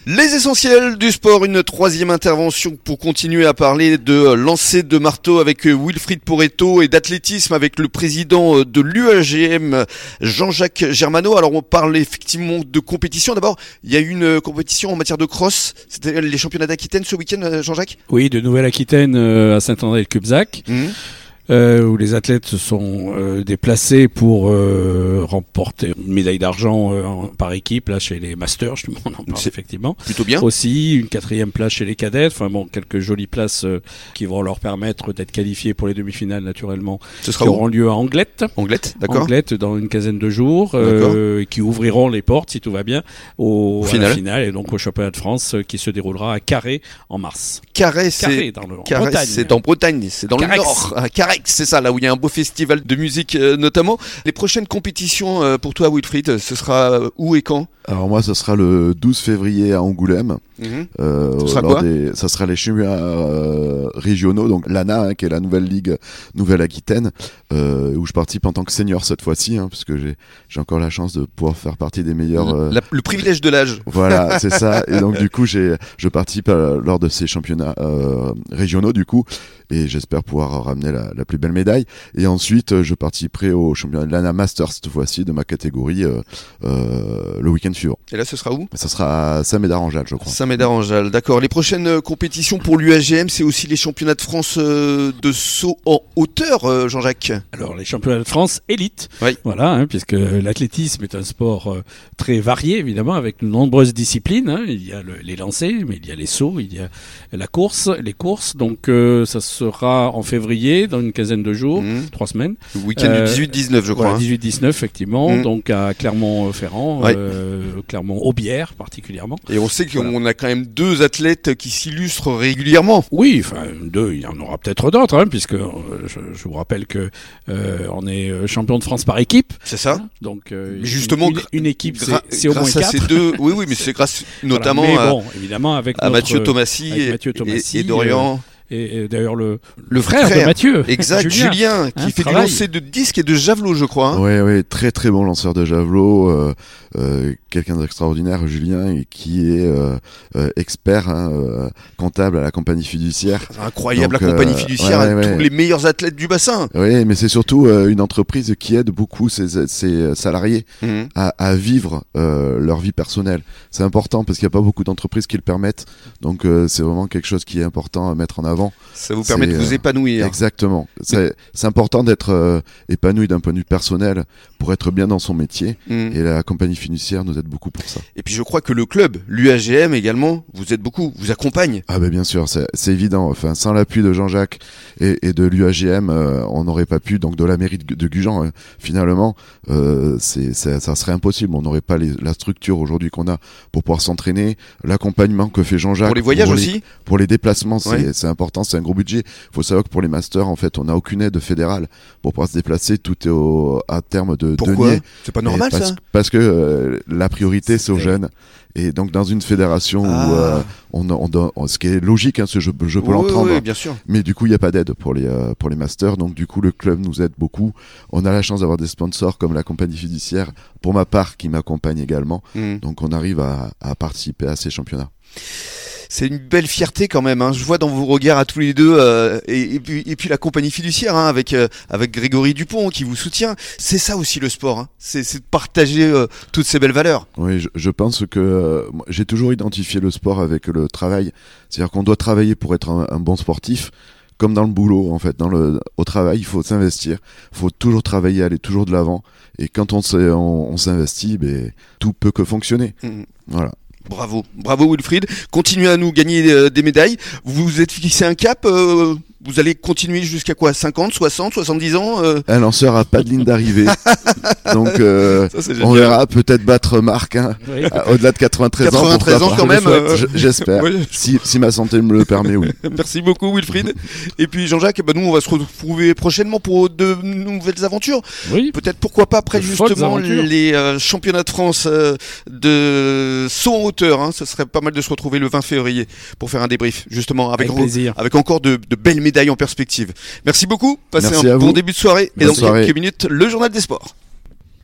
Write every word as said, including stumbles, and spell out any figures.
Les essentiels du sport, une troisième intervention pour continuer à parler de lancer de marteau avec Wilfried Poretto et d'athlétisme avec le président de l'U A G M, Jean-Jacques Germano. Alors on parle effectivement de compétition. D'abord, il y a eu une compétition en matière de cross. C'était les championnats d'Aquitaine ce week-end, Jean-Jacques ? Oui, de Nouvelle-Aquitaine à Saint-André-le-Cubzac. Mmh. Euh, où les athlètes se sont euh, déplacés pour euh, remporter une médaille d'argent euh, par équipe là chez les Masters, on en parle c'est effectivement. Plutôt bien. Aussi une quatrième place chez les cadets. Enfin bon, quelques jolies places euh, qui vont leur permettre d'être qualifiés pour les demi-finales naturellement. Ce sera qui où auront lieu à Anglette. Anglette, d'accord. Anglette dans une quinzaine de jours, euh, qui ouvriront les portes si tout va bien au, au à final. la finale et donc au championnat de France euh, qui se déroulera à Carhaix en mars. Carhaix, c'est Carhaix, dans le Carhaix, Bretagne. c'est en Bretagne, c'est dans Carhaix. le nord. À Carhaix, c'est ça, là où il y a un beau festival de musique euh, notamment. Les prochaines compétitions euh, pour toi, Wilfried, ce sera euh, où et quand ? Alors moi, ce sera le douze février à Angoulême. Mmh. Euh, ce sera quoi des, ça sera les championnats euh, régionaux, donc l'A N A, hein, qui est la nouvelle ligue Nouvelle-Aquitaine, euh, où je participe en tant que senior cette fois-ci, hein, parce que j'ai, j'ai encore la chance de pouvoir faire partie des meilleurs. Euh... La, le privilège de l'âge. Voilà, c'est ça. Et donc du coup, j'ai, je participe à, lors de ces championnats euh, régionaux, du coup, et j'espère pouvoir ramener la, la plus belle médaille. Et ensuite, je participerai au championnat de l'A N A Masters cette fois-ci de ma catégorie euh, euh, le week-end suivant. Et là, ce sera où ? Ça sera à Saint-Médard-en-Jalles, je crois. Saint-Médard-en-Jalles, d'accord. Les prochaines euh, compétitions pour l'U A G M, c'est aussi les championnats de France euh, de saut en hauteur, euh, Jean-Jacques. Alors les championnats de France élite, oui. Voilà, hein, puisque l'athlétisme est un sport euh, très varié évidemment avec de nombreuses disciplines. Hein. Il y a le, les lancers, mais il y a les sauts, il y a la course, les courses. Donc euh, ça sera en février, dans une quinzaine de jours, mmh. trois semaines. Le week-end euh, du dix-huit dix-neuf, je crois. Voilà, hein. dix-huit dix-neuf effectivement, mmh. donc à Clermont-Ferrand, ouais. euh, Clermont-Aubière particulièrement. Et on sait qu'on voilà. a quand même deux athlètes qui s'illustrent régulièrement. Oui, enfin deux, il y en aura peut-être d'autres, hein, puisque euh, je, je vous rappelle que euh, on est champion de France par équipe. C'est ça. Hein, donc euh, justement, une, une équipe, gra- c'est, c'est au moins grâce à quatre. ces deux. Oui, oui, mais c'est grâce notamment voilà, mais à, bon, évidemment avec à notre, Mathieu Thomasy, avec et, Mathieu Thomasy et, et Dorian. Euh, Et, et d'ailleurs le, le frère, frère de Mathieu, exact, Julien, Julien qui hein, fait travaille. du lancer de disque et de javelot, je crois. Hein. Oui, oui, très très bon lanceur de javelot, euh, euh, quelqu'un d'extraordinaire, Julien, et qui est euh, euh, expert hein, euh, comptable à la compagnie fiduciaire. Incroyable. Donc, la compagnie euh, fiduciaire, ouais, ouais, tous ouais. les meilleurs athlètes du bassin. Oui, mais c'est surtout euh, une entreprise qui aide beaucoup ses, ses salariés mmh. à, à vivre euh, leur vie personnelle. C'est important parce qu'il n'y a pas beaucoup d'entreprises qui le permettent. Donc euh, c'est vraiment quelque chose qui est important à mettre en avant. Ça vous permet de vous épanouir. Exactement. C'est, c'est important d'être euh, épanoui d'un point de vue personnel pour être bien dans son métier. Mmh. Et la compagnie fiduciaire nous aide beaucoup pour ça. Et puis je crois que le club, l'U A G M également, vous aide beaucoup, vous accompagne. Ah ben bien sûr, c'est, c'est évident. Enfin, sans l'appui de Jean-Jacques et, et de l'U A G M, euh, on n'aurait pas pu, donc de la mairie de, de Gujan, hein, finalement, euh, c'est, c'est, ça serait impossible. On n'aurait pas les, la structure aujourd'hui qu'on a pour pouvoir s'entraîner, l'accompagnement que fait Jean-Jacques. Pour les voyages pour aussi les, Pour les déplacements, c'est, ouais. c'est important, c'est un gros budget. Il faut savoir que pour les masters, en fait, on n'a aucune aide fédérale pour pouvoir se déplacer. Tout est au, à terme de Pourquoi deniers. C'est pas normal parce, ça Parce que euh, la priorité, c'est, c'est aux jeunes. Et donc dans une fédération ah. où euh, on, on, on, ce qui est logique, hein, ce je, je peux oui, l'entendre. Oui, bien sûr. Mais du coup, il n'y a pas d'aide pour les euh, pour les masters. Donc du coup, le club nous aide beaucoup. On a la chance d'avoir des sponsors comme la compagnie fiduciaire, pour ma part, qui m'accompagne également. Mmh. Donc on arrive à, à participer à ces championnats. C'est une belle fierté quand même. Hein. Je vois dans vos regards à tous les deux, euh, et, et, puis, et puis la compagnie fiduciaire hein, avec euh, avec Grégory Dupont qui vous soutient. C'est ça aussi le sport. Hein. C'est, c'est de partager euh, toutes ces belles valeurs. Oui, je, je pense que euh, j'ai toujours identifié le sport avec le travail. C'est-à-dire qu'on doit travailler pour être un, un bon sportif. Comme dans le boulot, en fait, dans le, au travail, il faut s'investir. Il faut toujours travailler, aller toujours de l'avant. Et quand on, on, on s'investit, ben, tout peut que fonctionner. Mmh. Voilà. Bravo, bravo Wilfried. Continuez à nous gagner euh, des médailles. Vous vous êtes fixé un cap euh, vous allez continuer jusqu'à quoi, cinquante, soixante, soixante-dix ans euh... Un lanceur a pas de ligne d'arrivée. Donc euh, ça, on verra, peut-être battre Marc hein, oui. au-delà de quatre-vingt-treize ans. quatre-vingt-treize ans quand même. Euh... J'espère. Oui. Si, si ma santé me le permet, oui. Merci beaucoup Wilfried. Et puis Jean-Jacques, bah, nous on va se retrouver prochainement pour de nouvelles aventures. Oui. Peut-être pourquoi pas après de justement les euh, championnats de France euh, de saut en hauteur. Hein. Ce serait pas mal de se retrouver le vingt février pour faire un débrief justement avec, avec, plaisir. avec encore de, de belles médailles en perspective. Merci beaucoup. Passez Merci un bon vous. début de soirée. Bonne et dans soirée. quelques minutes, le journal des sports.